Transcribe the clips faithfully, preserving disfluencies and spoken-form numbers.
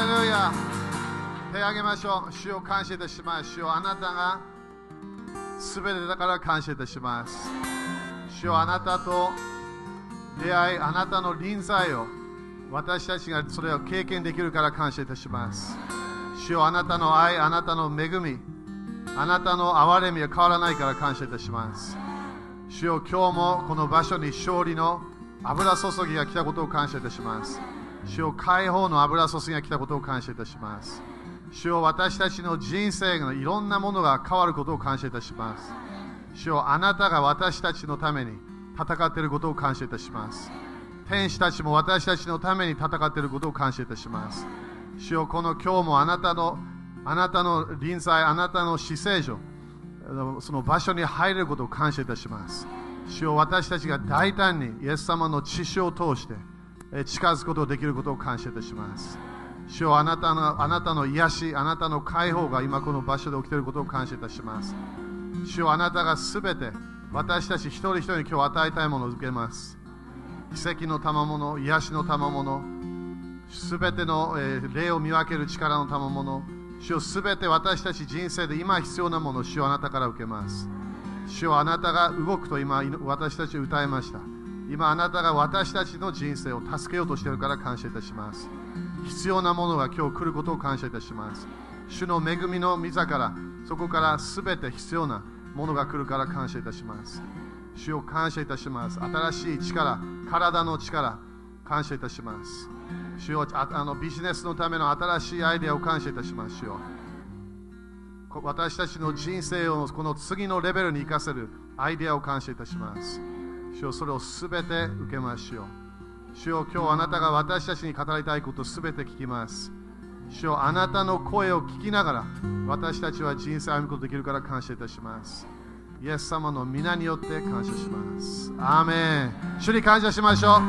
レルヤ。手を挙げましょう。主を感謝いたします。主よ、あなたがすべてだから感謝いたします。主よ、あなたと出会い、あなたの臨在を私たちがそれを経験できるから感謝いたします。主よ、あなたの愛、あなたの恵み、あなたの憐れみは変わらないから感謝いたします。主よ、今日もこの場所に勝利の油注ぎが来たことを感謝いたします。主よ、解放の油注ぎが来たことを感謝いたします。主よ、私たちの人生のいろんなものが変わることを感謝いたします。主よ、あなたが私たちのために戦っていることを感謝いたします。天使たちも私たちのために戦っていることを感謝いたします。主よ、この今日もあなたのあなたの臨在、あなたの至聖所、その場所に入れることを感謝いたします。主よ、私たちが大胆にイエス様の血潮を通して近づくことができることを感謝いたします。主よ、あなたのあなたの癒し、あなたの解放が今この場所で起きていることを感謝いたします。主よ、あなたがすべて私たち一人一人に今日与えたいものを受けます。奇跡の賜物、癒しの賜物、すべての、えー、霊を見分ける力の賜物、主よ、すべて私たち人生で今必要なものを主よ、あなたから受けます。主よ、あなたが動くと今私たち歌いました。今あなたが私たちの人生を助けようとしているから感謝いたします。必要なものが今日来ることを感謝いたします。主の恵みの御座から、そこからすべて必要なものが来るから感謝いたします。主を感謝いたします。新しい力、体の力、感謝いたします。主よ、ああのビジネスのための新しいアイデアを感謝いたします。主よ、私たちの人生をこの次のレベルに生かせるアイデアを感謝いたします。主よ、それをすべて受けましょう。主よ、今日あなたが私たちに語りたいことをすべて聞きます。主よ、あなたの声を聞きながら私たちは人生を歩むことができるから感謝いたします。イエス様の皆によって感謝します。アーメン。主に感謝しましょう。ハ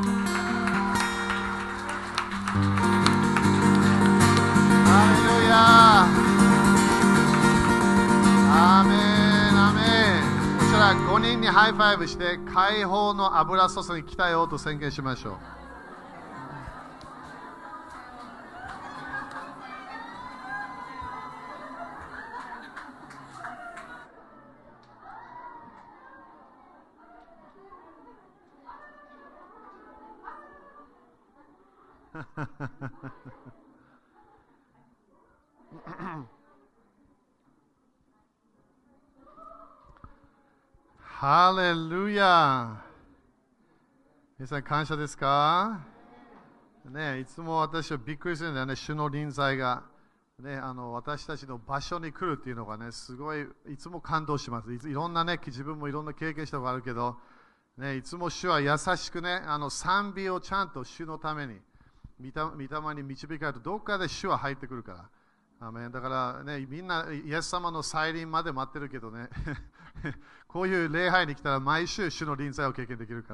レルヤ。アーメン、アーメン。そしたらごにんにハイファイブして解放の油注ぎ来たよと宣言しましょう。ハレルヤ。皆さん感謝ですか？ね、いつも私はびっくりするんだよね、主の臨在が、ね、あの私たちの場所に来るっていうのがね、すごいいつも感動します。いついろんなね、自分もいろんな経験したことがあるけど、ね、いつも主は優しくね、あの賛美をちゃんと主のために、御霊に導かれると、どっかで主は入ってくるから。アメン。だからね、みんなイエス様の再臨まで待ってるけどね、こういう礼拝に来たら毎週主の臨在を経験できるから。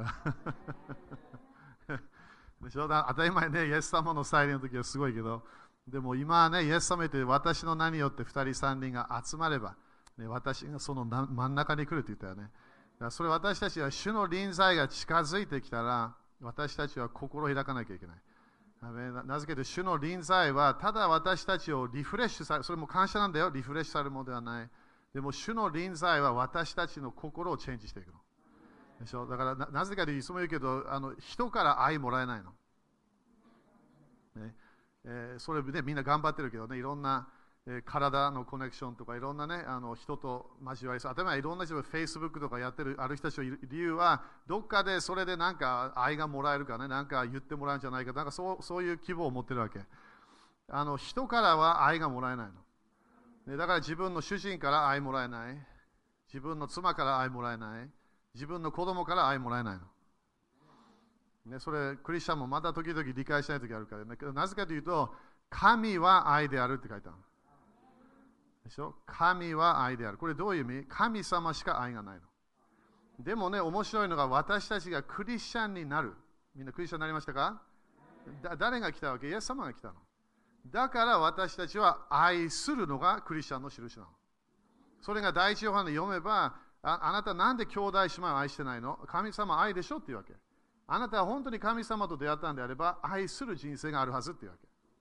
でしょ、だ当たり前ね、イエス様の再臨の時はすごいけど、でも今はね、イエス様って私の名によってふたりさんにんが集まれば、ね、私がその真ん中に来るって言ったよね。だからそれ私たちは主の臨在が近づいてきたら、私たちは心を開かなきゃいけない。なぜかというと、主の臨在はただ私たちをリフレッシュされる、それも感謝なんだよ、リフレッシュされるものではない。でも主の臨在は私たちの心をチェンジしていくの。でしょ、だからな、なぜかというといつも言うけど、あの人から愛もらえないの。ねえー、それで、ね、みんな頑張ってるけどね、いろんな、えー、体のコネクションとかいろんなね、あの人と交わり、当たり前いろんな人が Facebook とかやってるある人たちの理由は、どっかでそれでなんか愛がもらえるかね、なんか言ってもらえるんじゃないか、なんかそう、そういう希望を持ってるわけ。あの人からは愛がもらえないの。ね、だから自分の主人から愛もらえない、自分の妻から愛もらえない、自分の子供から愛もらえないの。ね、それクリスチャンもまだ時々理解しないときあるからね。なぜかというと、神は愛であるって書いてある。でしょ？神は愛である。これどういう意味？神様しか愛がないの。でもね、面白いのが私たちがクリスチャンになる。みんなクリスチャンになりましたか？だ誰が来たわけ？イエス様が来たの。だから私たちは愛するのがクリスチャンの印なの。それが第一ヨハネ読めば、あ、あなたなんで兄弟姉妹を愛してないの？神様愛でしょっていうわけ。あなたは本当に神様と出会ったんであれば、愛する人生があるはずっていうわけ。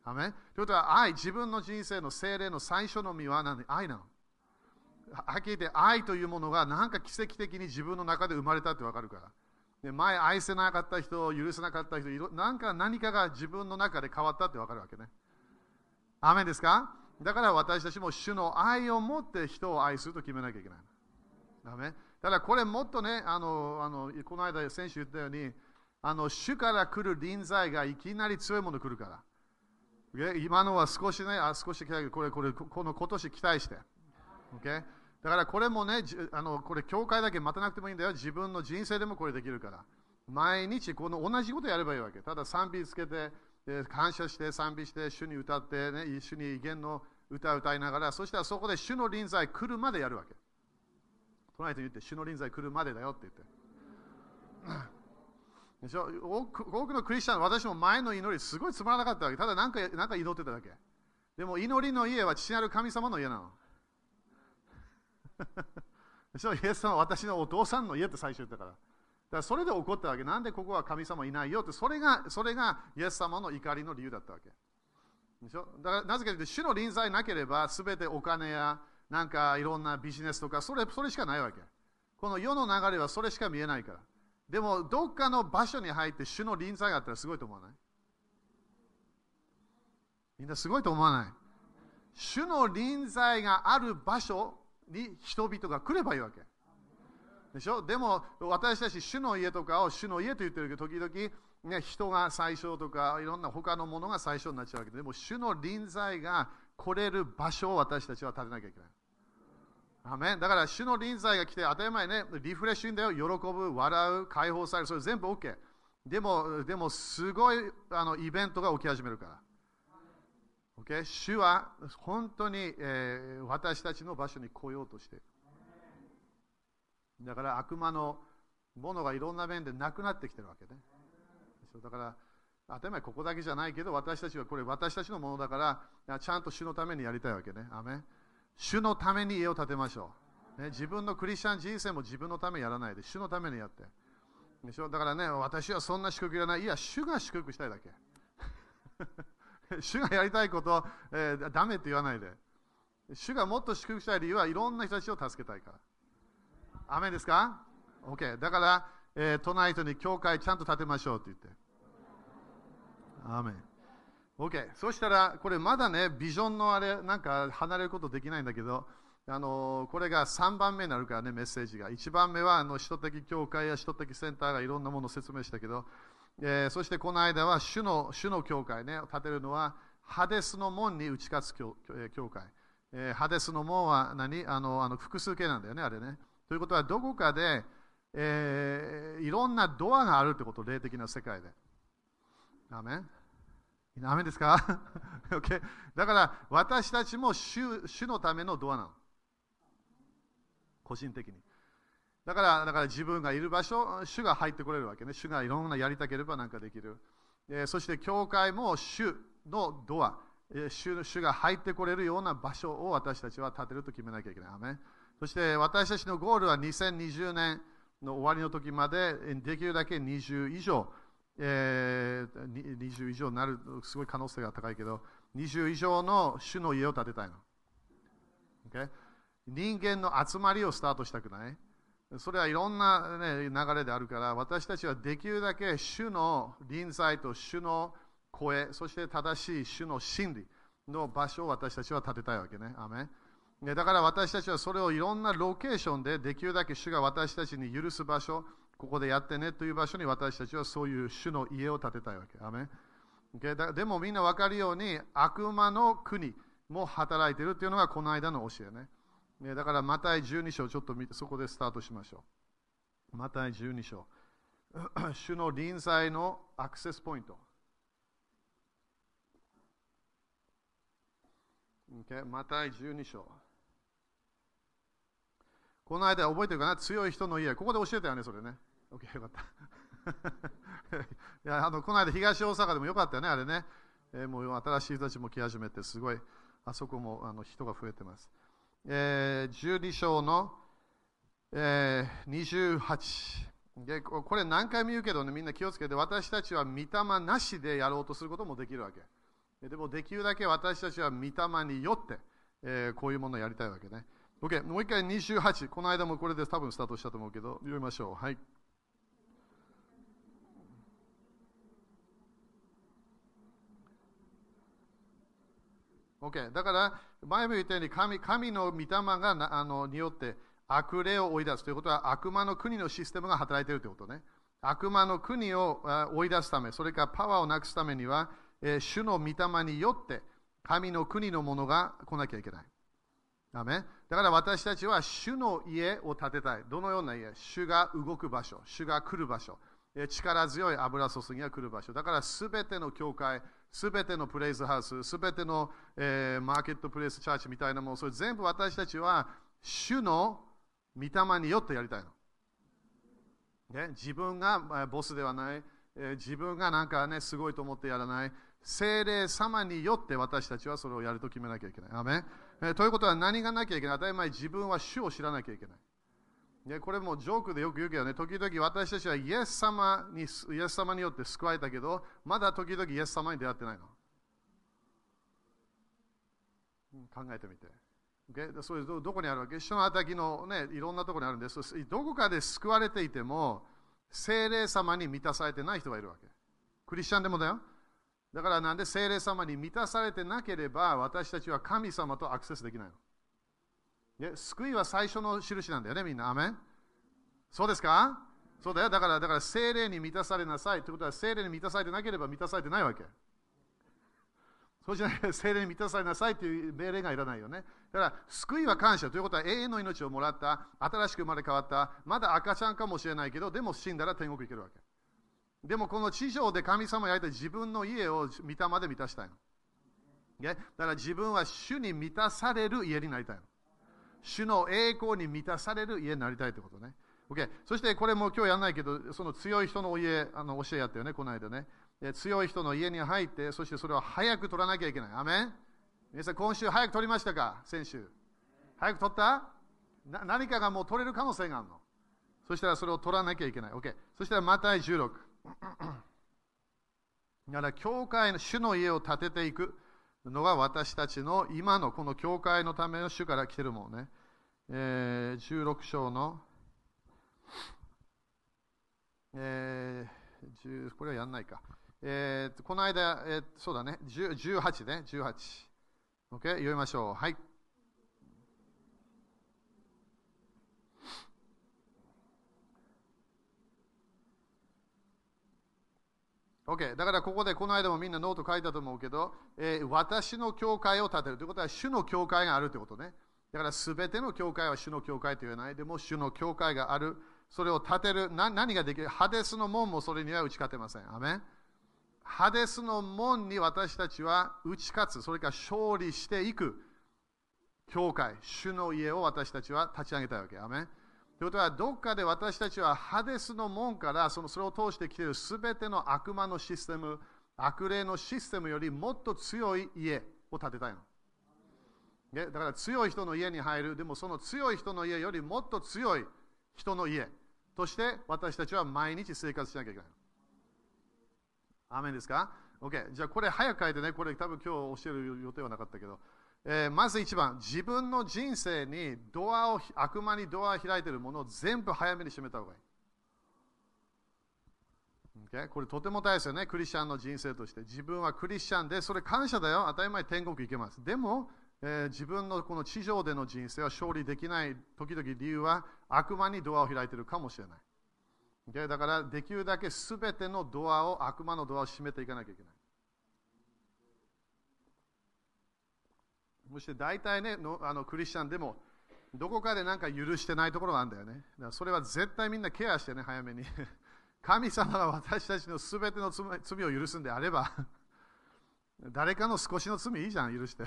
アメン。ということは愛、自分の人生の精霊の最初の実は何？愛なの。はっきり言って愛というものがなんか奇跡的に自分の中で生まれたってわかるから。で前愛せなかった人、許せなかった人、なんか何かが自分の中で変わったってわかるわけね。アメンですか？だから私たちも主の愛を持って人を愛すると決めなきゃいけない。アメン。だからこれもっとね、あの、あのこの間先週言ったように、あの主から来る臨在がいきなり強いもの来るから。今のは少しね、あ少しこれ、これ、この今年期待して。Okay? だからこれもね、あのこれ教会だけ待たなくてもいいんだよ。自分の人生でもこれできるから。毎日この同じことやればいいわけ。ただ賛美つけて、感謝して賛美して主に歌って、ね、主に威厳の歌を歌いながら、そしたらそこで主の臨在来るまでやるわけ。隣と言って、主の臨在来るまでだよって言って。でしょ、多く多くのクリスチャン、私も前の祈りすごいつまらなかったわけ。ただなんかなんか祈ってただけ。でも祈りの家は父なる神様の家なの。でしょ、イエス様は私のお父さんの家って最初言ったから。だからそれで怒ったわけ。なんでここは神様いないよって、それが、それがイエス様の怒りの理由だったわけ。でしょ、だからなぜかというと、主の臨在なければ、すべてお金やなんかいろんなビジネスとか、それ、それしかないわけ。この世の流れはそれしか見えないから。でも、どっかの場所に入って主の臨在があったらすごいと思わない？みんなすごいと思わない？主の臨在がある場所に人々が来ればいいわけ。でしょ？でも、私たち主の家とかを主の家と言ってるけど、時々、ね、人が最初とか、いろんな他のものが最初になっちゃうわけで、でも主の臨在が来れる場所を私たちは立てなきゃいけない。アメン。だから主の臨在が来て当たり前ね、リフレッシュだよ、喜ぶ、笑う、解放される、それ全部 OK。でも、でもすごいあのイベントが起き始めるから。Okay? 主は本当に、えー、私たちの場所に来ようとしている。だから悪魔のものがいろんな面でなくなってきてるわけね。だから当たり前ここだけじゃないけど、私たちはこれ私たちのものだから、ちゃんと主のためにやりたいわけね。アメン。主のために家を建てましょう。ね、自分のクリスチャン人生も自分のためにやらないで、主のためにやって。でしょ、だからね、私はそんな祝福いらない。いや、主が祝福したいだけ。主がやりたいことを、えー、ダメって言わないで。主がもっと祝福したい理由はいろんな人たちを助けたいから。アメンですか？ OK。だから、えー、隣人に教会ちゃんと建てましょうって言って。アメン。OK。そしたら、これまだね、ビジョンのあれ、なんか離れることできないんだけど、あのー、これがさんばんめになるからね、メッセージが。いちばんめは、あの、使徒的教会や使徒的センターがいろんなものを説明したけど、えー、そしてこの間は主の、主の教会ね、建てるのは、ハデスの門に打ち勝つ教、教会。えー、ハデスの門は何？あの、あの複数形なんだよね、あれね。ということは、どこかで、えー、いろんなドアがあるってこと、霊的な世界で。アメン。アメンですか？okay? だから、私たちも 主, 主のためのドアなの。個人的に。だから、だから自分がいる場所、主が入ってこれるわけね。主がいろんなやりたければなんかできる。えー、そして、教会も主のドア、えー主、主が入ってこれるような場所を私たちは建てると決めなきゃいけない。アメン。そして、私たちのゴールはにせんにじゅうねんの終わりの時まで、できるだけにじゅう以上、えー、にじゅう以上になる、すごい可能性が高いけど、にじゅう以上の主の家を建てたいの。Okay? 人間の集まりをスタートしたくない？それはいろんな、ね、流れであるから、私たちはできるだけ主の臨在と主の声、そして正しい主の真理の場所を私たちは建てたいわけね。アメン。だから私たちはそれをいろんなロケーションでできるだけ主が私たちに許す場所、ここでやってねという場所に私たちはそういう主の家を建てたいわけ。アメン。Okay? でもみんな分かるように悪魔の国も働いているというのがこの間の教えね。だからマタイじゅうに章ちょっと見てそこでスタートしましょう。マタイじゅうに章。主の臨在のアクセスポイント。Okay? マタイじゅうに章。この間覚えてるかな？強い人の家。ここで教えたよね、それね。OK、よかった。いやあのこの間東大阪でもよかったよね、あれね。えー、もう新しい人たちも来始めて、すごい、あそこもあの人が増えてます。えー、じゅうに章の、えー、にじゅうはちで。これ何回も言うけどね、みんな気をつけて、私たちは御霊なしでやろうとすることもできるわけ。 でもできるだけ私たちは御霊によって、えー、こういうものをやりたいわけね。OK、もう一回にじゅうはち、この間もこれで多分スタートしたと思うけど、読みましょう。はい。OK、だから、前も言ったように神、神の御霊がなあのによって悪霊を追い出すということは、悪魔の国のシステムが働いているということね。悪魔の国を追い出すため、それからパワーをなくすためには、えー、主の御霊によって神の国のものが来なきゃいけない。アメン。だから私たちは主の家を建てたい。どのような家？主が動く場所、主が来る場所、えー、力強い油注ぎが来る場所。だからすべての教会、すべてのプレイズハウス、すべての、えー、マーケットプレイスチャーチみたいなもの、それ全部私たちは主の御霊によってやりたいの。ね、自分がボスではない、えー、自分がなんかね、すごいと思ってやらない、聖霊様によって私たちはそれをやると決めなきゃいけない。アメン、えー、ということは何がなきゃいけない？当たり前、自分は主を知らなきゃいけない。ね、これもジョークでよく言うけどね、時々私たちはイエス様に、イエス様によって救われたけど、まだ時々イエス様に出会ってないの。考えてみて。Okay? それ ど, どこにあるわけ？主の畑の、ね、いろんなところにあるんです。どこかで救われていても、聖霊様に満たされてない人がいるわけ。クリスチャンでもだよ。だからなんで聖霊様に満たされてなければ、私たちは神様とアクセスできないの。で救いは最初の印なんだよね、みんな。アメン。そうですか？そうだよ。だから、だから聖霊に満たされなさい。ということは、聖霊に満たされてなければ満たされてないわけ。そうじゃない、聖霊に満たされなさいという命令がいらないよね。だから、救いは感謝ということは、永遠の命をもらった、新しく生まれ変わった、まだ赤ちゃんかもしれないけど、でも死んだら天国行けるわけ。でも、この地上で神様がやった自分の家を御霊で満たしたいの。だから、自分は主に満たされる家になりたいの。主の栄光に満たされる家になりたいということね。Okay、そしてこれも今日やらないけど、その強い人の家、あの教えやったよね、この間ね。強い人の家に入って、そしてそれを早く取らなきゃいけない。アメン。皆さん、今週早く取りましたか？先週。早く取ったな？何かがもう取れる可能性があるの。そしたらそれを取らなきゃいけない。OK。そしたらマタイじゅうろく。だから、教会の主の家を建てていくのが私たちの今のこの教会のための主から来てるもんね。えー、じゅうろく章の、えー、これはやんないか。えー、この間、えー、そうだね、じゅうはちね、じゅうはち。OK、読みましょう。はい。OK、だからここでこの間もみんなノート書いたと思うけど、えー、私の教会を建てるということは、主の教会があるということね。だからすべての教会は主の教会と言えない。でも主の教会がある。それを建てる。な何ができる？ハデスの門もそれには打ち勝てません。アメン。ハデスの門に私たちは打ち勝つ。それから勝利していく教会。主の家を私たちは立ち上げたいわけ。アメン。ということは、どっかで私たちはハデスの門からそのそれを通してきているすべての悪魔のシステム、悪霊のシステムよりもっと強い家を建てたいの。だから強い人の家に入る。でもその強い人の家よりもっと強い人の家として私たちは毎日生活しなきゃいけない。アーメンですか？ OK。じゃあこれ早く書いてね。これ多分今日教える予定はなかったけど。えー、まず一番、自分の人生にドアを、悪魔にドアを開いているものを全部早めに閉めた方がいい。Okay？ これとても大切よね。クリスチャンの人生として。自分はクリスチャンで、それ感謝だよ。当たり前天国行けます。でも、えー、自分のこの地上での人生は勝利できない時々理由は悪魔にドアを開いているかもしれない。Okay？ だからできるだけすべてのドアを、悪魔のドアを閉めていかなきゃいけない。そして大体ねの、あのクリスチャンでもどこかでなんか許してないところがあるんだよね。だからそれは絶対みんなケアしてね、早めに。神様が私たちのすべての罪を許すんであれば、誰かの少しの罪いいじゃん、許して。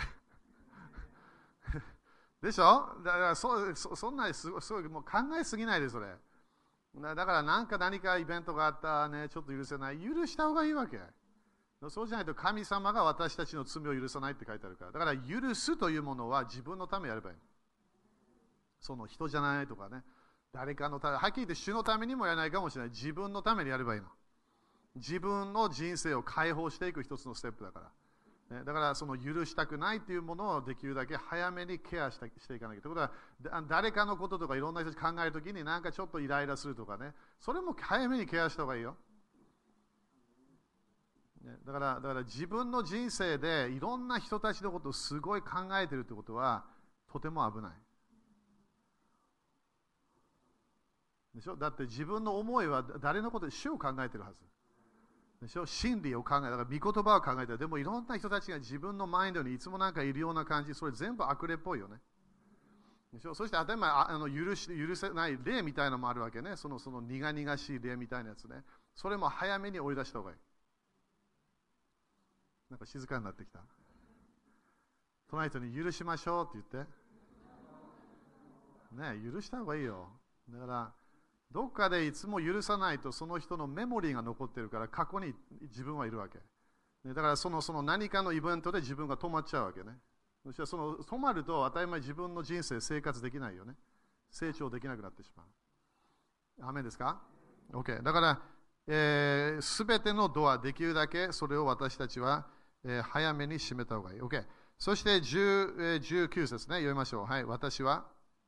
でしょ？だからそ そ, そんなにすごい、すごいもう考えすぎないで、それ。だからなんか何かイベントがあったね、ちょっと許せない。許した方がいいわけ。そうじゃないと神様が私たちの罪を許さないって書いてあるから。だから許すというものは自分のためにやればいい。その人じゃないとかね。誰かのため、はっきり言って主のためにもやらないかもしれない。自分のためにやればいいの。自分の人生を解放していく一つのステップだから。 ね、だからその許したくないというものをできるだけ早めにケアしたしていかなきゃ。ということは、だ誰かのこととかいろんな人たち考えるときになんかちょっとイライラするとかね、それも早めにケアした方がいいよ。ね、だから、だから自分の人生でいろんな人たちのことをすごい考えているということはとても危ない。でしょ？だって自分の思いは誰のことで主を考えているはず。でしょ？真理を考え、だから御言葉を考えている。でもいろんな人たちが自分のマインドにいつもなんかいるような感じ、それ全部悪霊っぽいよね。でしょ？そして当たり前、あの許し許せない霊みたいなのもあるわけね。そのその苦々しい霊みたいなやつね。それも早めに追い出した方がいい。なんか静かになってきた。隣人に許しましょうって言って。ね、許した方がいいよ。だから、どっかでいつも許さないとその人のメモリーが残ってるから過去に自分はいるわけ。だからそのその何かのイベントで自分が止まっちゃうわけね。そしたらその止まると当たり前自分の人生生活できないよね。成長できなくなってしまう。アメンですか？ OK。だから、えー、すべてのドアできるだけそれを私たちは、えー、早めに閉めた方がいい。OK。そしてじゅう、えー、じゅうきゅう節ね、読みましょう。はい、私は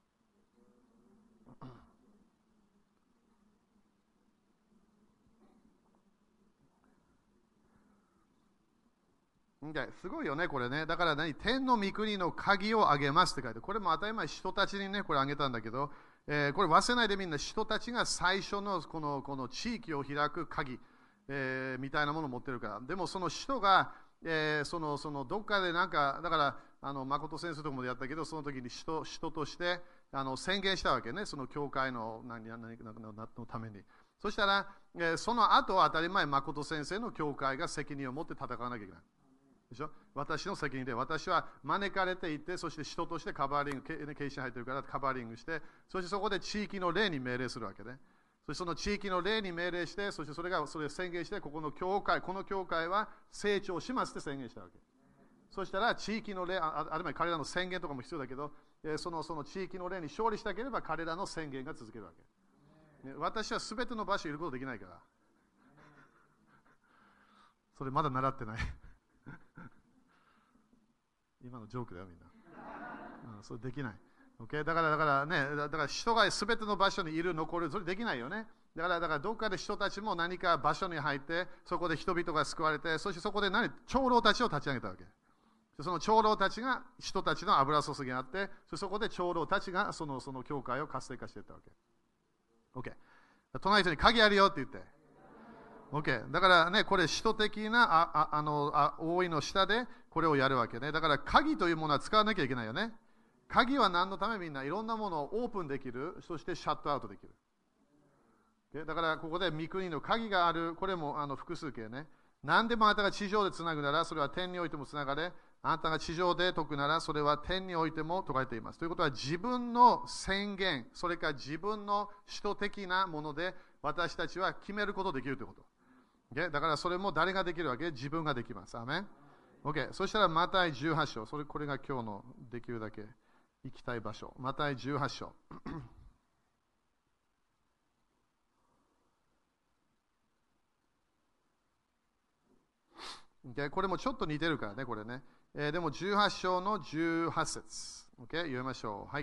すごいよね、これね。だから何、天の御国の鍵をあげますって書いて、これも当たり前、人たちにね、これあげたんだけど、えー、これ忘れないでみんな、人たちが最初のこのこの地域を開く鍵、えー、みたいなものを持ってるから。でもその人が、えー、そのそのどっかでなんか、だから、あの誠先生とかもやったけど、その時に人人としてあの宣言したわけね、その教会の何何何のために。そしたら、えー、その後は当たり前、誠先生の教会が責任を持って戦わなきゃいけない。でしょ？私の責任で、私は招かれていて、そして人としてカバーリング、ケーシー入ってるからカバーリングして、そしてそこで地域の霊に命令するわけね。そしてその地域の霊に命令して、そしてそれがそれを宣言して、ここの教会、この教会は成長しますって宣言したわけ。そしたら地域の霊、あるいは彼らの宣言とかも必要だけど、そのその地域の霊に勝利したければ彼らの宣言が続けるわけ。私はすべての場所にいることできないから。それまだ習ってない。今のジョークだよみんな、うん、それできない、okay？ だからだからね、だから人がすべての場所にいる残る、それできないよね。だからだからどっかで人たちも何か場所に入って、そこで人々が救われて、そしてそこで何長老たちを立ち上げたわけ。その長老たちが人たちの油注ぎがあって、そこで長老たちがそのその教会を活性化していったわけ。OK。隣の人に鍵あるよって言って。OK。だからね、これ、使徒的なあああのあ覆いの下でこれをやるわけね。だから、鍵というものは使わなきゃいけないよね。鍵は何のため？みんないろんなものをオープンできる、そしてシャットアウトできる。Okay？ だから、ここで御国の鍵がある、これもあの複数形ね。何でもあなたが地上でつなぐなら、それは天においてもつながれ、あなたが地上で解くなら、それは天においても解かれています。ということは、自分の宣言、それから自分の使徒的なもので、私たちは決めることができるということ。Okay？ だからそれも誰ができるわけ？自分ができます。アメン。OK。そしたらマタイじゅうはち章。それ、これが今日のできるだけ行きたい場所。マタイじゅうはち章。okay？ これもちょっと似てるからね、これね。えー、でもじゅうはち章のじゅうはち節。OK？ 読みましょう。はい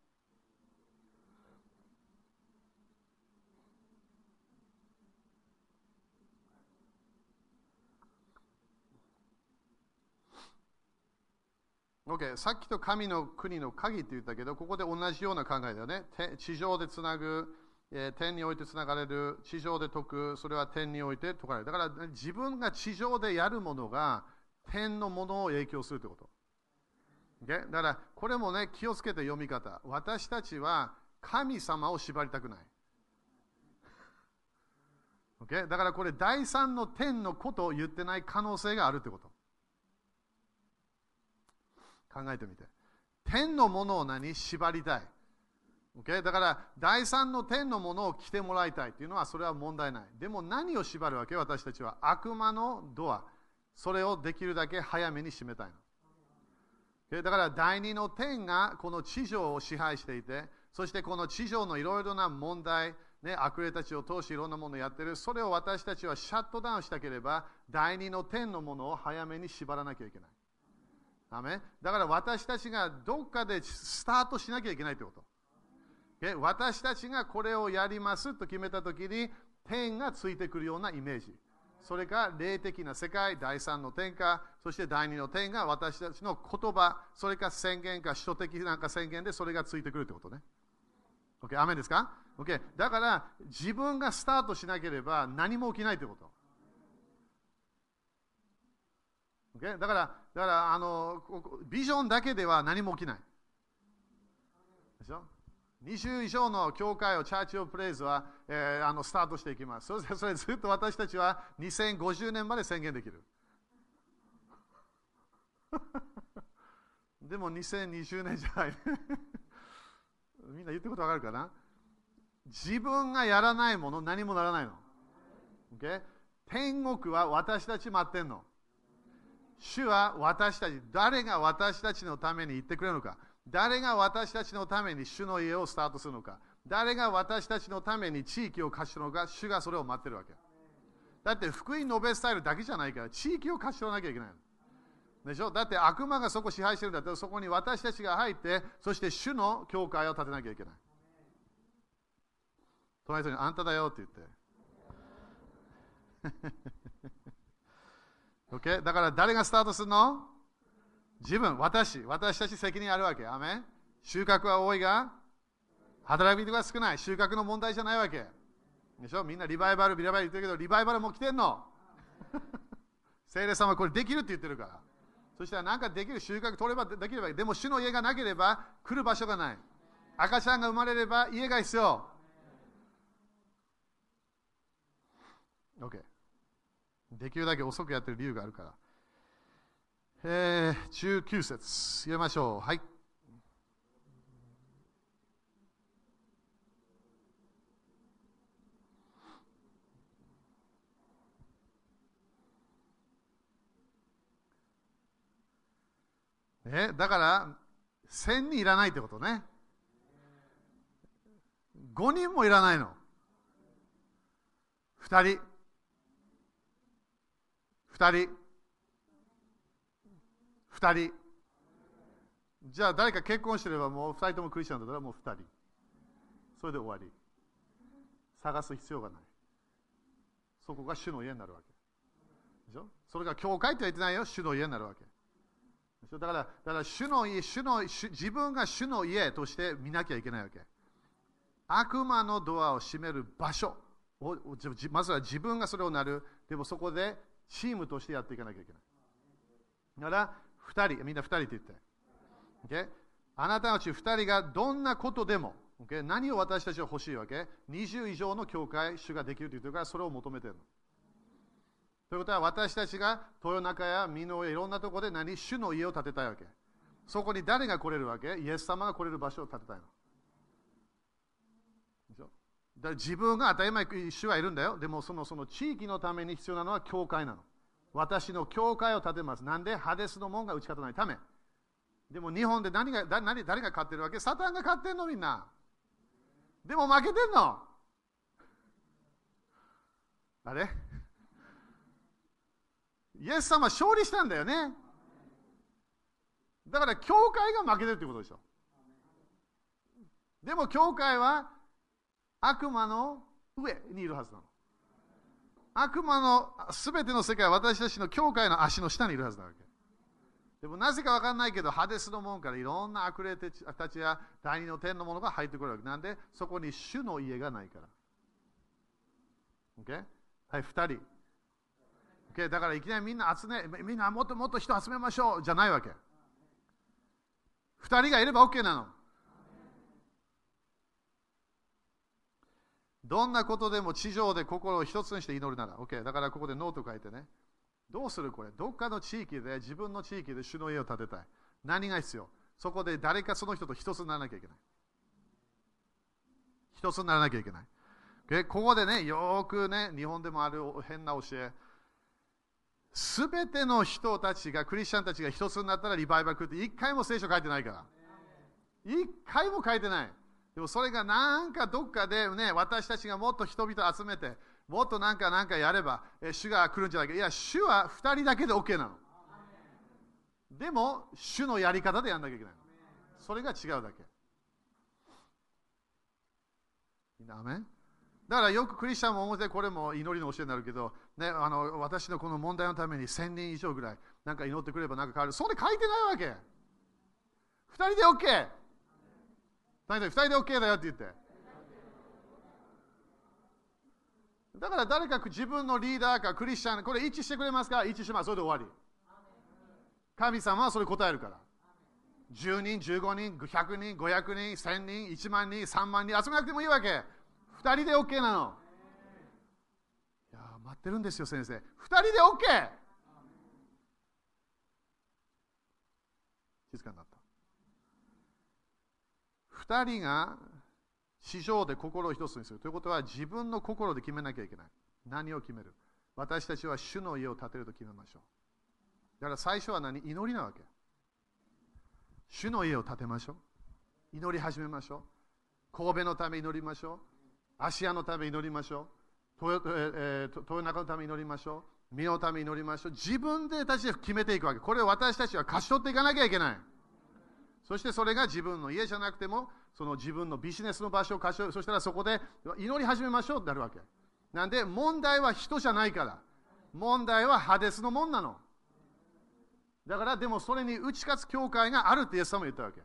。Okay、さっきと神の国の鍵って言ったけど、ここで同じような考えだよね。地上でつなぐ、えー、天においてつながれる、地上で解く、それは天において解かれる。だから自分が地上でやるものが天のものを影響するということ。Okay？ だからこれもね、気をつけて読み方。私たちは神様を縛りたくない。Okay？ だからこれ第三の天のことを言ってない可能性があるということ。考えてみて。天のものを何？縛りたい。Okay？ だから第三の天のものを着てもらいたいというのはそれは問題ない。でも何を縛るわけ？私たちは悪魔のドア。それをできるだけ早めに閉めたいの。Okay？ だから第二の天がこの地上を支配していて、そしてこの地上のいろいろな問題、ね、悪霊たちを通していろんなものをやっている。それを私たちはシャットダウンしたければ、第二の天のものを早めに縛らなきゃいけない。 アメン。だから私たちがどっかでスタートしなきゃいけないということ。Okay? 私たちがこれをやりますと決めたときに、天がついてくるようなイメージ。それが霊的な世界、第三の天か、そして第二の天が私たちの言葉、それか宣言か、使徒的なんか宣言でそれがついてくるということね。OK、アメンですか？ OK、だから自分がスタートしなければ何も起きないということ。Okay? だから、だからあのビジョンだけでは何も起きない。でしょ？にじゅう以上の教会を、チャーチオブプレイズは、えー、あのスタートしていきます。それそれずっと私たちはにせんごじゅうねんまで宣言できる。でもにせんにじゅうねんじゃない。みんな言ってることわかるかな？自分がやらないもの、何もならないの。Okay? 天国は私たち待ってんの。主は私たち、誰が私たちのために言ってくれるのか。誰が私たちのために主の家をスタートするのか。誰が私たちのために地域を貸し取るのか。主がそれを待ってるわけ。だって福音のベスタイルだけじゃないから、地域を貸し取らなきゃいけないの。でしょ？だって悪魔がそこ支配してるんだったら、そこに私たちが入って、そして主の教会を建てなきゃいけない。隣の人に、あんただよって言って。okay? だから誰がスタートするの？自分、私、私たち責任あるわけ。アメン。収穫は多いが、働き人が少ない。収穫の問題じゃないわけ。でしょ？みんなリバイバル、リバイバル言ってるけど、リバイバルも来てんの。聖霊様はこれできるって言ってるから。そしたらなんかできる、収穫取ればできればいい。でも主の家がなければ来る場所がない。赤ちゃんが生まれれば家が必要。OK。できるだけ遅くやってる理由があるから。えー、じゅうきゅう節読みましょう。はい。えだからせんにんいらないってことね。ごにんもいらないの。ふたりふたりふたり。じゃあ誰か結婚してればもうふたりともクリスチャンだったらもうふたり。それで終わり。探す必要がない。そこが主の家になるわけでしょ。それが教会って言ってないよ。主の家になるわけでしょ。だからだから主の家、主の主自分が主の家として見なきゃいけないわけ。悪魔のドアを閉める場所をまずは自分がそれをなる。でもそこでチームとしてやっていかなきゃいけない。だからふたり、みんなふたりって言って、okay? あなたのうちふたりがどんなことでも、okay? 何を私たちは欲しいわけ？にじゅう以上の教会、主ができると言ってるから、それを求めているの。ということは、私たちが豊中や美濃やいろんなところで何？主の家を建てたいわけ。そこに誰が来れるわけ？イエス様が来れる場所を建てたいの。でしょ？だから自分が当たり前、主はいるんだよ。でもその、その地域のために必要なのは教会なの。私の教会を建てます。なんでハデスの門が打ち勝たないため。でも日本で何が、何誰が勝ってるわけ？サタンが勝ってんのみんな。でも負けてんの。あれイエス様勝利したんだよね。だから教会が負けてるってことでしょ。でも教会は悪魔の上にいるはずなの。悪魔のすべての世界は私たちの教会の足の下にいるはずなわけ。でもなぜか分かんないけど、ハデスの門からいろんな悪霊たちや第二の天のものが入ってくるわけ。なんでそこに主の家がないから。Okay? はい、ふたり。Okay? だからいきなりみんな集め、みんなもっともっと人集めましょうじゃないわけ。ふたりがいれば OK なの。どんなことでも地上で心を一つにして祈るなら、OK。だからここでノート書いてね。どうするこれ？どっかの地域で、自分の地域で主の家を建てたい。何が必要？そこで誰かその人と一つにならなきゃいけない。一つにならなきゃいけない。Okay? ここでね、よくね、日本でもある変な教え。すべての人たちが、クリスチャンたちが一つになったらリバイバル来るって一回も聖書書いてないから。一回も書いてない。でもそれがなんかどっかでね、私たちがもっと人々集めて、もっとなんかなんかやれば、え主が来るんじゃないか。いや、主は二人だけで OK なの。 でも、主のやり方でやんなきゃいけないの。それが違うだけ。アメン。だからよくクリスチャンも思って、これも祈りの教えになるけど、ね、あの私のこの問題のためにせんにん以上ぐらいなんか祈ってくればなんか変わる。それ書いてないわけ。ふたりで OK。ふたりで OK だよって言って。だから誰か自分のリーダーかクリスチャン、これ一致してくれますか？一致します。それで終わり。神様はそれ答えるから。じゅうにん、じゅうごにん、ひゃくにん、ごひゃくにん、せんにん、いちまんにん、さんまんにん集めなくてもいいわけ。ふたりで OK なの。いや待ってるんですよ先生。ふたりで OK。 静かになった。ふたりが市場で心を一つにするということは自分の心で決めなきゃいけない。何を決める？私たちは主の家を建てると決めましょう。だから最初は何？祈りなわけ。主の家を建てましょう。祈り始めましょう。神戸のために祈りましょう。芦屋のために祈りましょう。豊、えー、豊中のために祈りましょう。身のために祈りましょう。自分でたちで決めていくわけ。これを私たちは勝ち取っていかなきゃいけない。そしてそれが自分の家じゃなくても、その自分のビジネスの場所を貸し取る。そしたらそこで祈り始めましょうってなるわけ。なんで問題は人じゃないから。問題はハデスのもんなの。だからでもそれに打ち勝つ教会があるってイエス様も言ったわけ。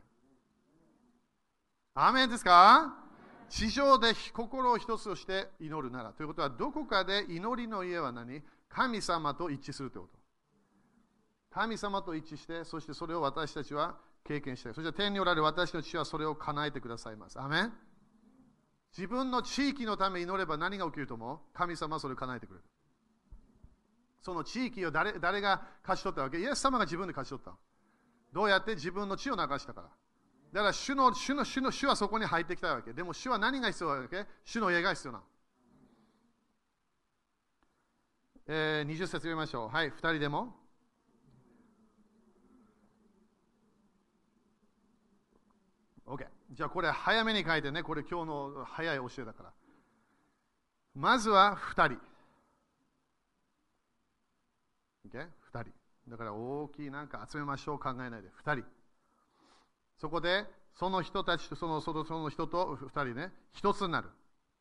アーメンですか？地上で心を一つとして祈るなら。ということはどこかで祈りの家は何？神様と一致するということ。神様と一致して、そしてそれを私たちは経験して、そして天におられる私の父はそれを叶えてくださいます。アーメン。自分の地域のために祈れば何が起きると思う？神様はそれを叶えてくれる。その地域を 誰, 誰が勝ち取ったわけ？イエス様が自分で勝ち取った。どうやって？自分の血を流したから。だから主の主の主の主はそこに入ってきたわけ。でも主は何が必要なわけ？主の家が必要なの。えー、にじゅっ節読みましょう。はい、ふたりでも。OK。じゃあこれ早めに書いてね。これ今日の早い教えだから。まずはふたり。OK？ ふたり。だから大きいなんか集めましょう考えないで。ふたり。そこでその人たちとそのそのその人とふたりね、一つになる。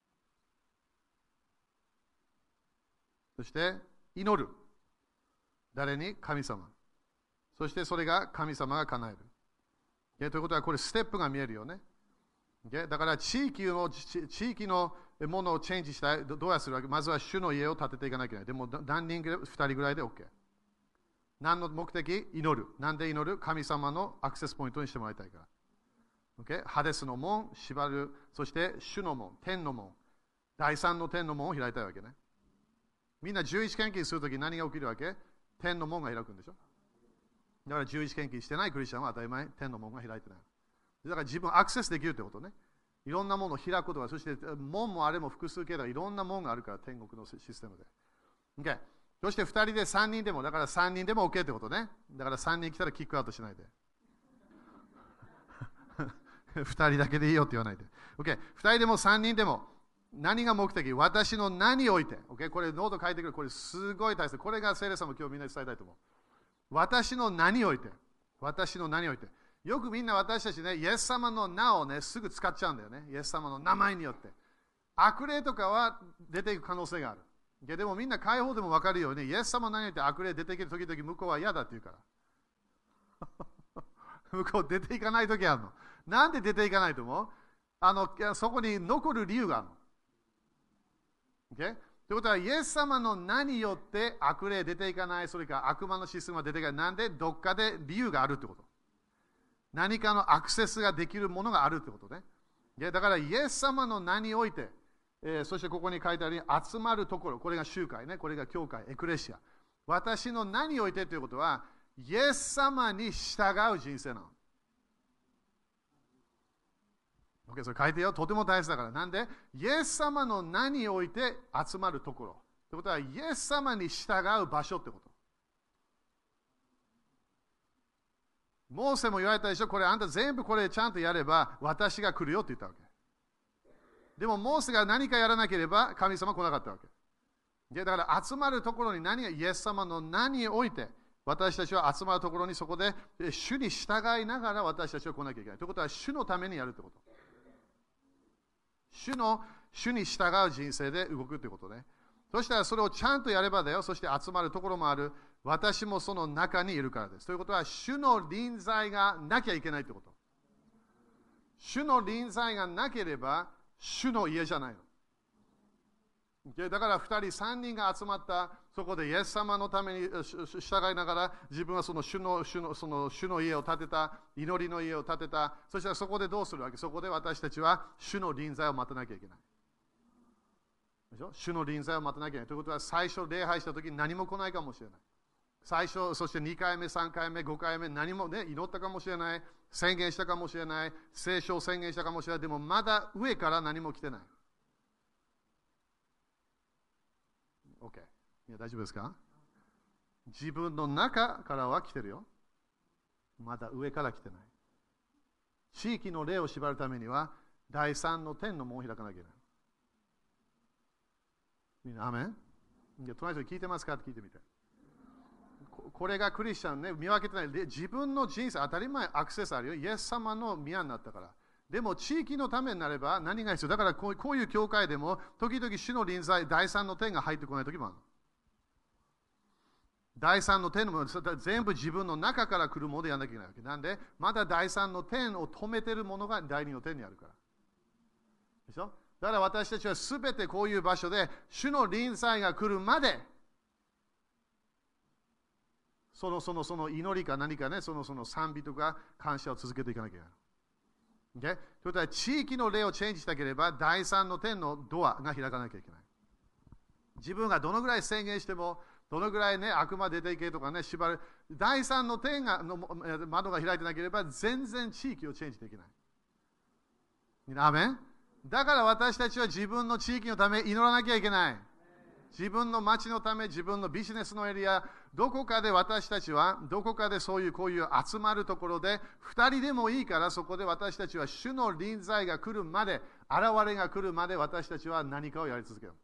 そして祈る。誰に？神様。そしてそれが神様が叶える。ということはこれステップが見えるよね。だから地域の地域のものをチェンジしたい。どうやするわけ？まずは主の家を建てていかなきゃいけない。でも何人ぐらい？ふたりぐらいで OK。何の目的？祈る。なんで祈る？神様のアクセスポイントにしてもらいたいから。Okay？ ハデスの門、縛る、そして主の門、天の門、第三の天の門を開いたいわけね。みんなじゅういち献金するとき何が起きるわけ？天の門が開くんでしょ。だからじゅういち献金してないクリスチャンは当たり前、天の門が開いてない。だから自分アクセスできるってことね。いろんなものを開くことが、そして門もあれも複数形だ、いろんな門があるから、天国のシステムで。Okay。そしてふたりでさんにんでも、だからさんにんでも OK ってことね。だからさんにん来たらキックアウトしないで。ふたりだけでいいよって言わないで。OK。ふたりでもさんにんでも、何が目的？私の何を置いて。OK。これノート書いてくる。これすごい大切。これが聖霊様も今日みんなに伝えたいと思う。私の何を置いて。私の何を置いて。よくみんな私たちね、イエス様の名をね、すぐ使っちゃうんだよね。イエス様の名前によって。悪霊とかは出ていく可能性がある。でもみんな解放でも分かるように、イエス様の名によって悪霊出てきるとき々向こうは嫌だって言うから。向こう出ていかないときあるの。なんで出ていかないと思う？あの、そこに残る理由があるの。Okay？ ということは、イエス様の名によって悪霊出ていかない、それから悪魔のシステムが出ていかない。なんでどっかで理由があるってこと。何かのアクセスができるものがあるってことね。だから、イエス様の名において、えー、そしてここに書いてあるように集まるところ、これが集会ね、これが教会、エクレシア。私の名においてということは、イエス様に従う人生なの。OK、それ書いてよ。とても大切だから。なんで、イエス様の名において集まるところ。ということは、イエス様に従う場所ってこと。モーセも言われたでしょ。これあんた全部これちゃんとやれば私が来るよって言ったわけ。でもモーセが何かやらなければ神様来なかったわけ。だから集まるところに何がイエス様の名において私たちは集まるところにそこで主に従いながら私たちは来なきゃいけない。ということは主のためにやるということ。主の主に従う人生で動くということね。そしたらそれをちゃんとやればだよ。そして集まるところもある。私もその中にいるからです。ということは主の臨在がなきゃいけないということ。主の臨在がなければ主の家じゃないの。だからふたり、さんにんが集まったそこでイエス様のために従いながら自分はその主の、主の、その主の家を建てた、祈りの家を建てた。そしたらそこでどうするわけ？そこで私たちは主の臨在を待たなきゃいけない。でしょ？主の臨在を待たなきゃいけない。ということは最初礼拝した時に何も来ないかもしれない。最初、そしてにかいめ、さんかいめ、ごかいめ、何もね、祈ったかもしれない。宣言したかもしれない。聖書を宣言したかもしれない。でもまだ上から何も来てない。OK。いや、大丈夫ですか？自分の中からは来てるよ。まだ上から来てない。地域の霊を縛るためには、第三の天の門を開かなきゃいけない。みんな、アメン？いや、隣の人聞いてますかって聞いてみて。これがクリスチャンね、見分けてない。自分の人生、当たり前アクセスあるよ。イエス様の宮になったから。でも地域のためになれば何が必要？だからこう、こういう教会でも時々主の臨在、第三の天が入ってこない時もある。第三の天のもの、全部自分の中から来るものでやらなきゃいけないわけ。なんで、まだ第三の天を止めているものが第二の天にあるから。でしょ？だから私たちはすべてこういう場所で主の臨在が来るまでそのそのその祈りか何かね、そのその賛美とか感謝を続けていかなきゃいけない。Okay? ということは、地域の霊をチェンジしたければ、第三の天のドアが開かなきゃいけない。自分がどのぐらい宣言しても、どのぐらいね、悪魔出ていけとかね、縛る。第三の天がの窓が開いてなければ、全然地域をチェンジできない。アーメン？だから私たちは自分の地域のため祈らなきゃいけない。自分の町のため、自分のビジネスのエリア、どこかで私たちは、どこかでそういうこういう集まるところで、二人でもいいから、そこで私たちは主の臨在が来るまで、現れが来るまで私たちは何かをやり続ける。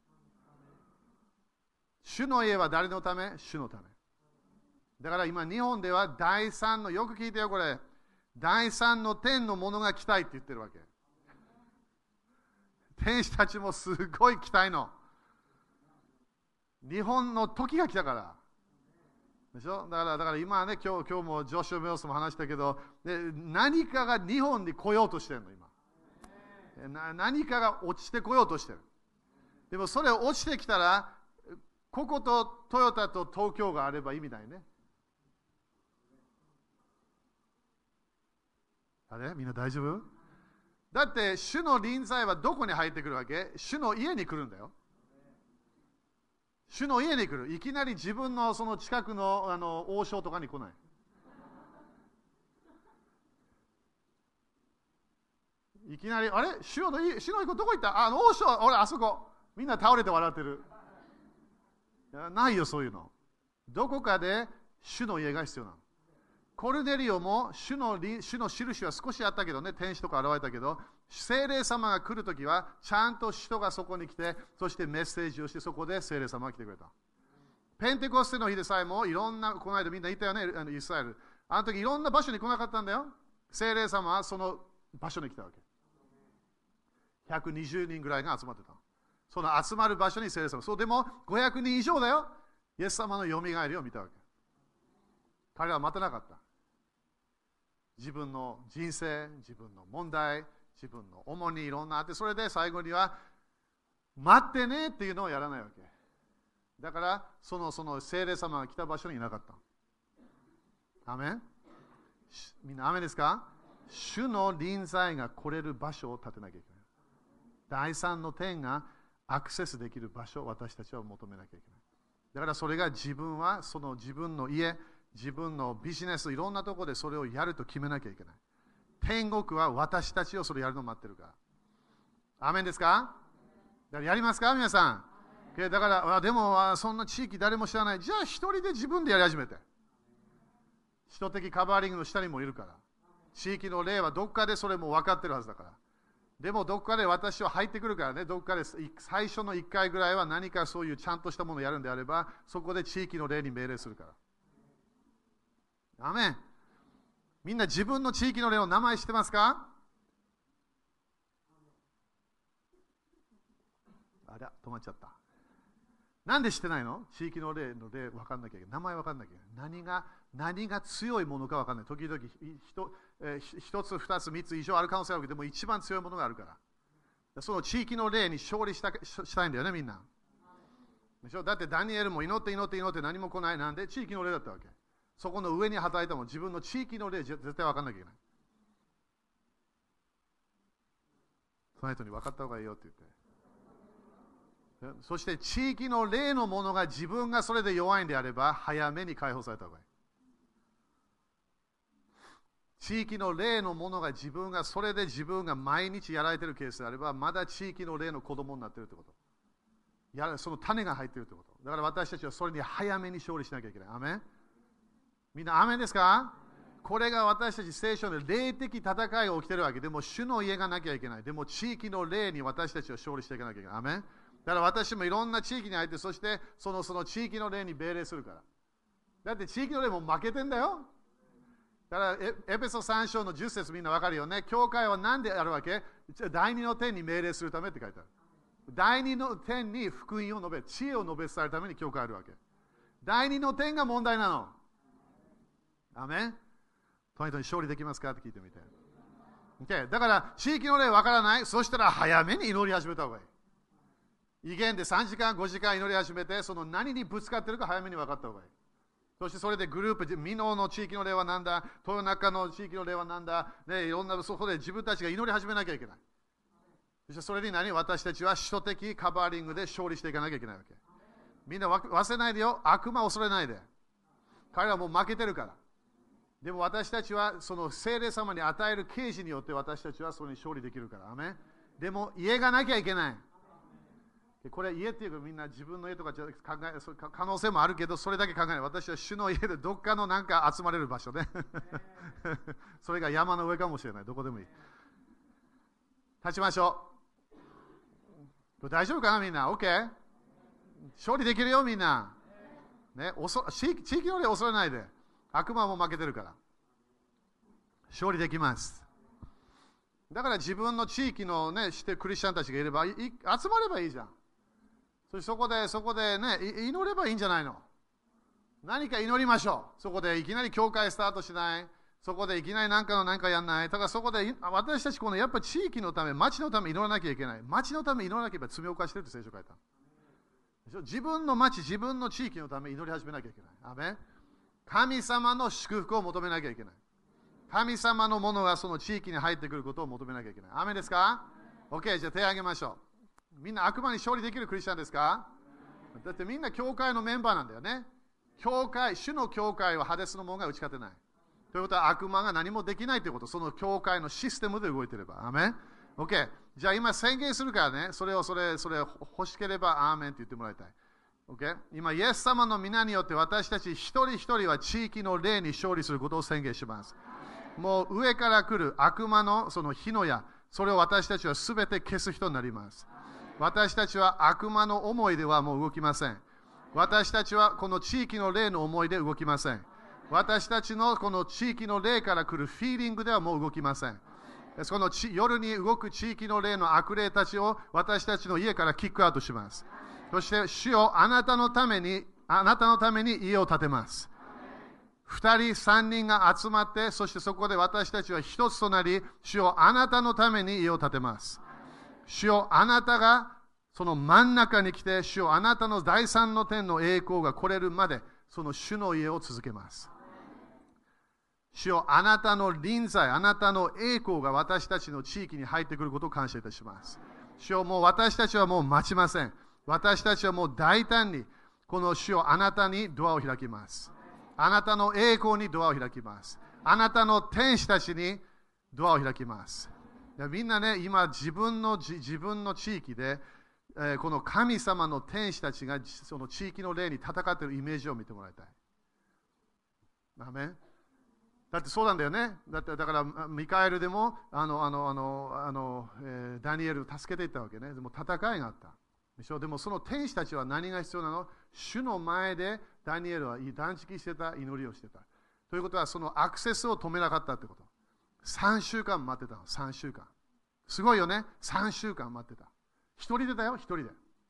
主の家は誰のため？主のため。だから今日本では第三の、よく聞いてよこれ、第三の天のものが来たいって言ってるわけ。天使たちもすごい来たいの。日本の時が来たから。でしょ？だから、だから今はね、今日、今日もジョシュ・メオスも話したけど、で何かが日本に来ようとしてるの、今。な何かが落ちてこようとしてる。でもそれ落ちてきたら、こことトヨタと東京があれば意味ないね。あれ？みんな大丈夫？だって、主の臨在はどこに入ってくるわけ？主の家に来るんだよ。主の家に来る。いきなり自分のその近くの、あの王将とかに来ない。いきなり、あれ主の家、主の家どこ行った？あの王将、俺あそこ。みんな倒れて笑ってる。ないよ、そういうの。どこかで主の家が必要なの。コルネリオも主の、主の印は少しあったけどね、天使とか現れたけど、聖霊様が来るときは、ちゃんと人がそこに来て、そしてメッセージをして、そこで聖霊様が来てくれた。ペンテコステの日でさえも、いろんな、この間みんな言ったよね、あのイスラエル。あの時いろんな場所に来なかったんだよ。聖霊様はその場所に来たわけ。ひゃくにじゅうにんぐらいが集まってた。その集まる場所に聖霊様。そうでも、ごひゃくにん以上だよ。イエス様のよみがえりを見たわけ。彼らは待てなかった。自分の人生、自分の問題、自分の重荷いろんなあって、それで最後には待ってねっていうのをやらないわけ。だからそのその聖霊様が来た場所にいなかった。アメン？みんなアメンですか？主の臨在が来れる場所を建てなきゃいけない。第三の天がアクセスできる場所を私たちは求めなきゃいけない。だからそれが自分はその自分の家、自分のビジネス、いろんなところでそれをやると決めなきゃいけない。天国は私たちをそれやるのを待ってるから。アーメンですか？だからやりますか皆さん。だから、でもそんな地域誰も知らない。じゃあ一人で自分でやり始めて。人的カバーリングの下にもいるから。地域の例はどっかでそれも分かってるはずだから。でもどっかで私は入ってくるからね、どっかで最初のいっかいぐらいは何かそういうちゃんとしたものをやるんであれば、そこで地域の例に命令するから。 アメン。みんな自分の地域の霊の名前知ってますか？あら、止まっちゃった。なんで知ってないの？地域の霊の霊分かんなきゃいけない。名前分かんなきゃいけない。何が、何が強いものか分かんない。時々一、えー、一つ、二つ、三つ以上ある可能性あるけど、でも一番強いものがあるから。その地域の霊に勝利したしたいんだよね、みんな。でしょ？だってダニエルも祈って祈って祈って何も来ない。なんで地域の霊だったわけ。そこの上に働いたもん、自分の地域の霊絶対分かんなきゃいけない。その人に分かった方がいいよって言って。そして地域の霊のものが自分がそれで弱いんであれば早めに解放された方がいい。地域の霊のものが自分がそれで自分が毎日やられているケースであればまだ地域の霊の子供になっているということ。やその種が入っているということ。だから私たちはそれに早めに勝利しなきゃいけない。アメン。みんなアメンですか？これが私たち聖書で霊的戦いが起きているわけでも主の家がなきゃいけない。でも地域の霊に私たちは勝利していかなきゃいけない。アメン。だから私もいろんな地域に入って、そしてそのその地域の霊に命令するから。だって地域の霊も負けてんだよ。だからエペソさん章のじゅっ節みんなわかるよね。教会は何であるわけ？第二の天に命令するためって書いてある。第二の天に福音を述べ、知恵を述べ伝えるために教会あるわけ。第二の天が問題なの。アメン。トニトに勝利できますかって聞いてみて。Okay、だから地域の霊わからない。そしたら早めに祈り始めた方がいい。威厳でさんじかん、ごじかん祈り始めて、その何にぶつかっているか早めに分かった方がいい。そしてそれでグループ、美濃の地域の霊は何だ、豊中の地域の霊は何だ、ね、いろんなそこで自分たちが祈り始めなきゃいけない。そしてそれに何私たちは使徒的カバーリングで勝利していかなきゃいけないわけ。みんな忘れないでよ。悪魔を恐れないで。彼らはもう負けてるから。でも私たちはその聖霊様に与える啓示によって私たちはそれに勝利できるから。アメン。でも家がなきゃいけない。これは家っていうかみんな自分の家とか考えそ可能性もあるけどそれだけ考えない。私は主の家でどっかのなんか集まれる場所でそれが山の上かもしれない。どこでもいい。立ちましょう。大丈夫かなみんな ?OK？ 勝利できるよみんな、ね、おそ地域の霊恐れないで。悪魔も負けてるから勝利できます。だから自分の地域のねしてクリスチャンたちがいればい集まればいいじゃん。そしてそこで、そこでね、祈ればいいんじゃないの？何か祈りましょう。そこでいきなり教会スタートしない。そこでいきなり何かの何かやんない。だからそこで私たちこのやっぱ地域のため、町のため祈らなきゃいけない。町のため祈らなければ罪を犯してるって聖書書いた。自分の町、自分の地域のため祈り始めなきゃいけない。アメン。神様の祝福を求めなきゃいけない。神様のものがその地域に入ってくることを求めなきゃいけない。アメンですか？ OK、じゃあ手を挙げましょう。みんな悪魔に勝利できるクリスチャンですか？だってみんな教会のメンバーなんだよね。教会、主の教会はハデスの門が打ち勝てない。ということは悪魔が何もできないということ。その教会のシステムで動いていれば。アーメン。OK。じゃあ今宣言するからね。それをそれ、それ欲しければアーメンって言ってもらいたい。OK。今、イエス様の皆によって私たち一人一人は地域の霊に勝利することを宣言します。もう上から来る悪魔のその火の矢、それを私たちはすべて消す人になります。私たちは悪魔の思いではもう動きません。私たちはこの地域の霊の思いで動きません。私たちのこの地域の霊から来るフィーリングではもう動きません。その夜に動く地域の霊の悪霊たちを私たちの家からキックアウトします。そして主よあなたのために、あなたのために家を建てます。二人、三人が集まって、そしてそこで私たちは一つとなり、主よあなたのために家を建てます。主よあなたがその真ん中に来て、主よあなたの第三の天の栄光が来れるまで、その主の家を続けます。主よあなたの臨在、あなたの栄光が私たちの地域に入ってくることを感謝いたします。主よもう私たちはもう待ちません。私たちはもう大胆に、この主よあなたにドアを開きます。あなたの栄光にドアを開きます。あなたの天使たちにドアを開きます。みんなね、今自分の自分の地域で、えー、この神様の天使たちがその地域の霊に戦っているイメージを見てもらいたい。アメン。だってそうなんだよね。だってだからミカエルでもあのあのあのあの、えー、ダニエルを助けていったわけね。でも戦いがあった。でしょ。でもその天使たちは何が必要なの？主の前でダニエルは断食してた、祈りをしてた。 ということは、そのアクセスを止めなかったってこと。さんしゅうかん待ってたの、さんしゅうかん。すごいよね、さんしゅうかん待ってた。一人でだよ、一人で。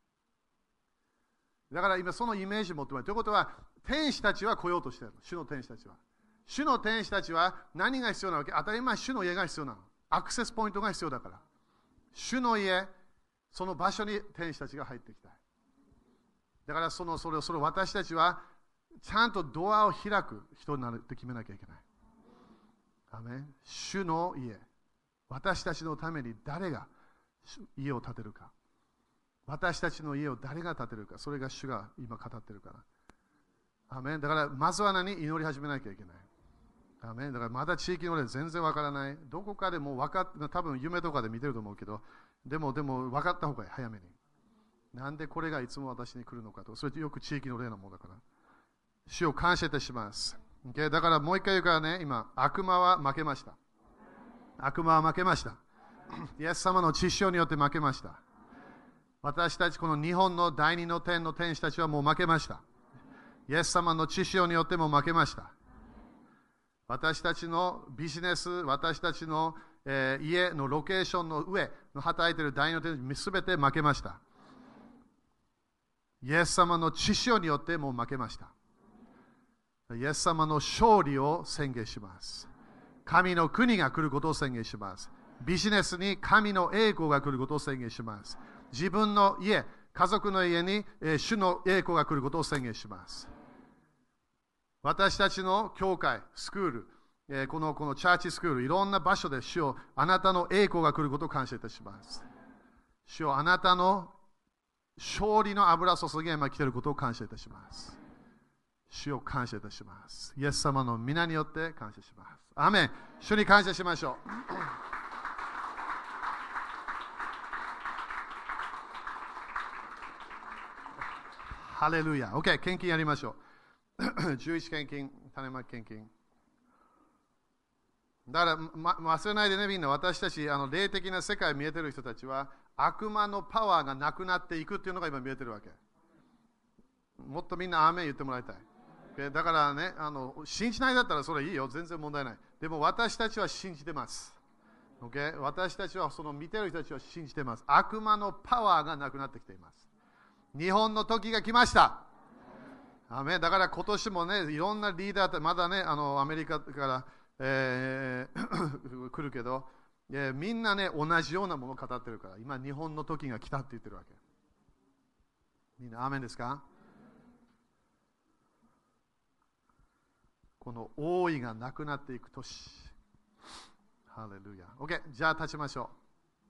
だから今そのイメージを持ってもらう。ということは、天使たちは来ようとしているの、主の天使たちは。主の天使たちは何が必要なわけ？当たり前、主の家が必要なの。アクセスポイントが必要だから。主の家、その場所に天使たちが入ってきたい。だからそのそれをそれを私たちはちゃんとドアを開く人になるって決めなきゃいけない。アメン。主の家。私たちのために誰が家を建てるか。私たちの家を誰が建てるか。それが主が今語ってるから。アメン。だからまずは何？祈り始めなきゃいけない。アメン。だからまだ地域の例全然わからない。どこかでもう分かっ多分夢とかで見てると思うけど、でもでも分かった方がいい、早めに。なんでこれがいつも私に来るのかと。それってよく地域の例のものだから。主を感謝いたします。Okay? だからもう一回言うからね、今、悪魔は負けました。悪魔は負けました。イエス様の血潮によって負けました。私たち、この日本の第二の天の天使たちはもう負けました。イエス様の血潮によっても負けました。私たちのビジネス、私たちの、えー、家のロケーションの上の働いている第二の天使すべて負けました。イエス様の血潮によってもう負けました。イエス様の勝利を宣言します。神の国が来ることを宣言します。ビジネスに神の栄光が来ることを宣言します。自分の家、家族の家に、えー、主の栄光が来ることを宣言します。私たちの教会、スクール、えー、この、このチャーチスクール、いろんな場所で主をあなたの栄光が来ることを感謝いたします。主をあなたの勝利の油注ぎが今来ていることを感謝いたします。主を感謝いたします。イエス様の皆によって感謝します。アーメン。主に感謝しましょう。ハレルヤ。OK、献金やりましょう。じゅういち献金、種まき献金。だから、ま、忘れないでね、みんな、私たち、あの霊的な世界見えてる人たちは、悪魔のパワーがなくなっていくっていうのが今見えてるわけ。もっとみんなアーメン言ってもらいたい。だからね、あの信じないだったらそれいいよ、全然問題ない。でも私たちは信じてます。Okay? 私たちはその見てる人たちは信じてます。悪魔のパワーがなくなってきています。日本の時が来ました。アメン。だから今年もね、いろんなリーダー、まだね、あのアメリカから、えー、来るけど、えー、みんなね、同じようなものを語ってるから、今日本の時が来たって言ってるわけ。みんなアーメンですか？この王位がなくなっていく年。ハレルヤ。OK、じゃあ立ちましょ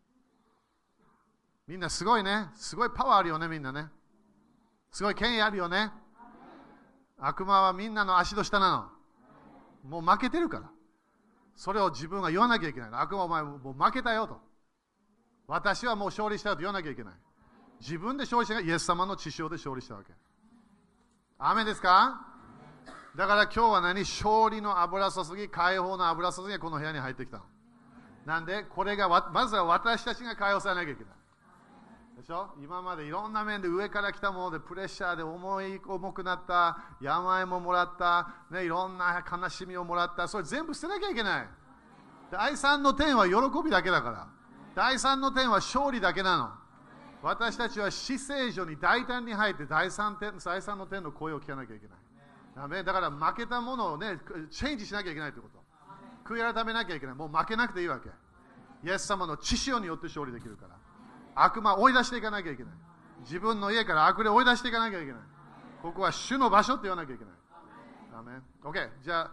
う。みんなすごいね。すごいパワーあるよね、みんなね。すごい権威あるよね。悪魔はみんなの足の下なの。もう負けてるから。それを自分が言わなきゃいけない。悪魔お前もう負けたよと。私はもう勝利したよと言わなきゃいけない。自分で勝利したがイエス様の血潮で勝利したわけ。アーメンですか？だから今日は何？勝利の油注ぎ、解放の油注ぎがこの部屋に入ってきたの。なんで、これがわまずは私たちが解放されなきゃいけない。でしょ？今までいろんな面で上から来たものでプレッシャーで重い重くなった、病ももらった、ね、いろんな悲しみをもらった、それ全部捨てなきゃいけない。第三の点は喜びだけだから。第三の点は勝利だけなの。私たちは死聖所に大胆に入って第三点、第三の点の声を聞かなきゃいけない。だから負けたものをね、チェンジしなきゃいけないということ。悔い改めなきゃいけない。もう負けなくていいわけ。イエス様の血潮によって勝利できるから。悪魔を追い出していかなきゃいけない。自分の家から悪霊を追い出していかなきゃいけない。ここは主の場所って言わなきゃいけない。アメン。OK。じゃあ、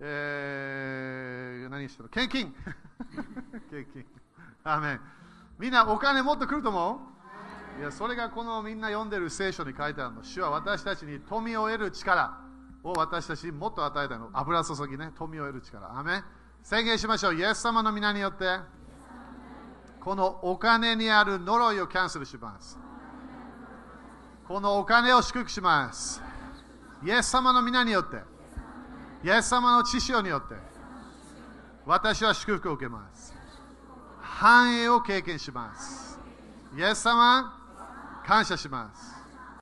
えー、何してるの？献金。献金。アメン。みんなお金もっと来ると思う？いや、それがこのみんな読んでる聖書に書いてあるの。主は私たちに富を得る力を私たちにもっと与えたの。油注ぎね、富を得る力。アメン。宣言しましょう。イエス様の皆によって、このお金にある呪いをキャンセルします。このお金を祝福します。イエス様の皆によって、イエス様の血潮によって、私は祝福を受けます。繁栄を経験します。イエス様、感謝します。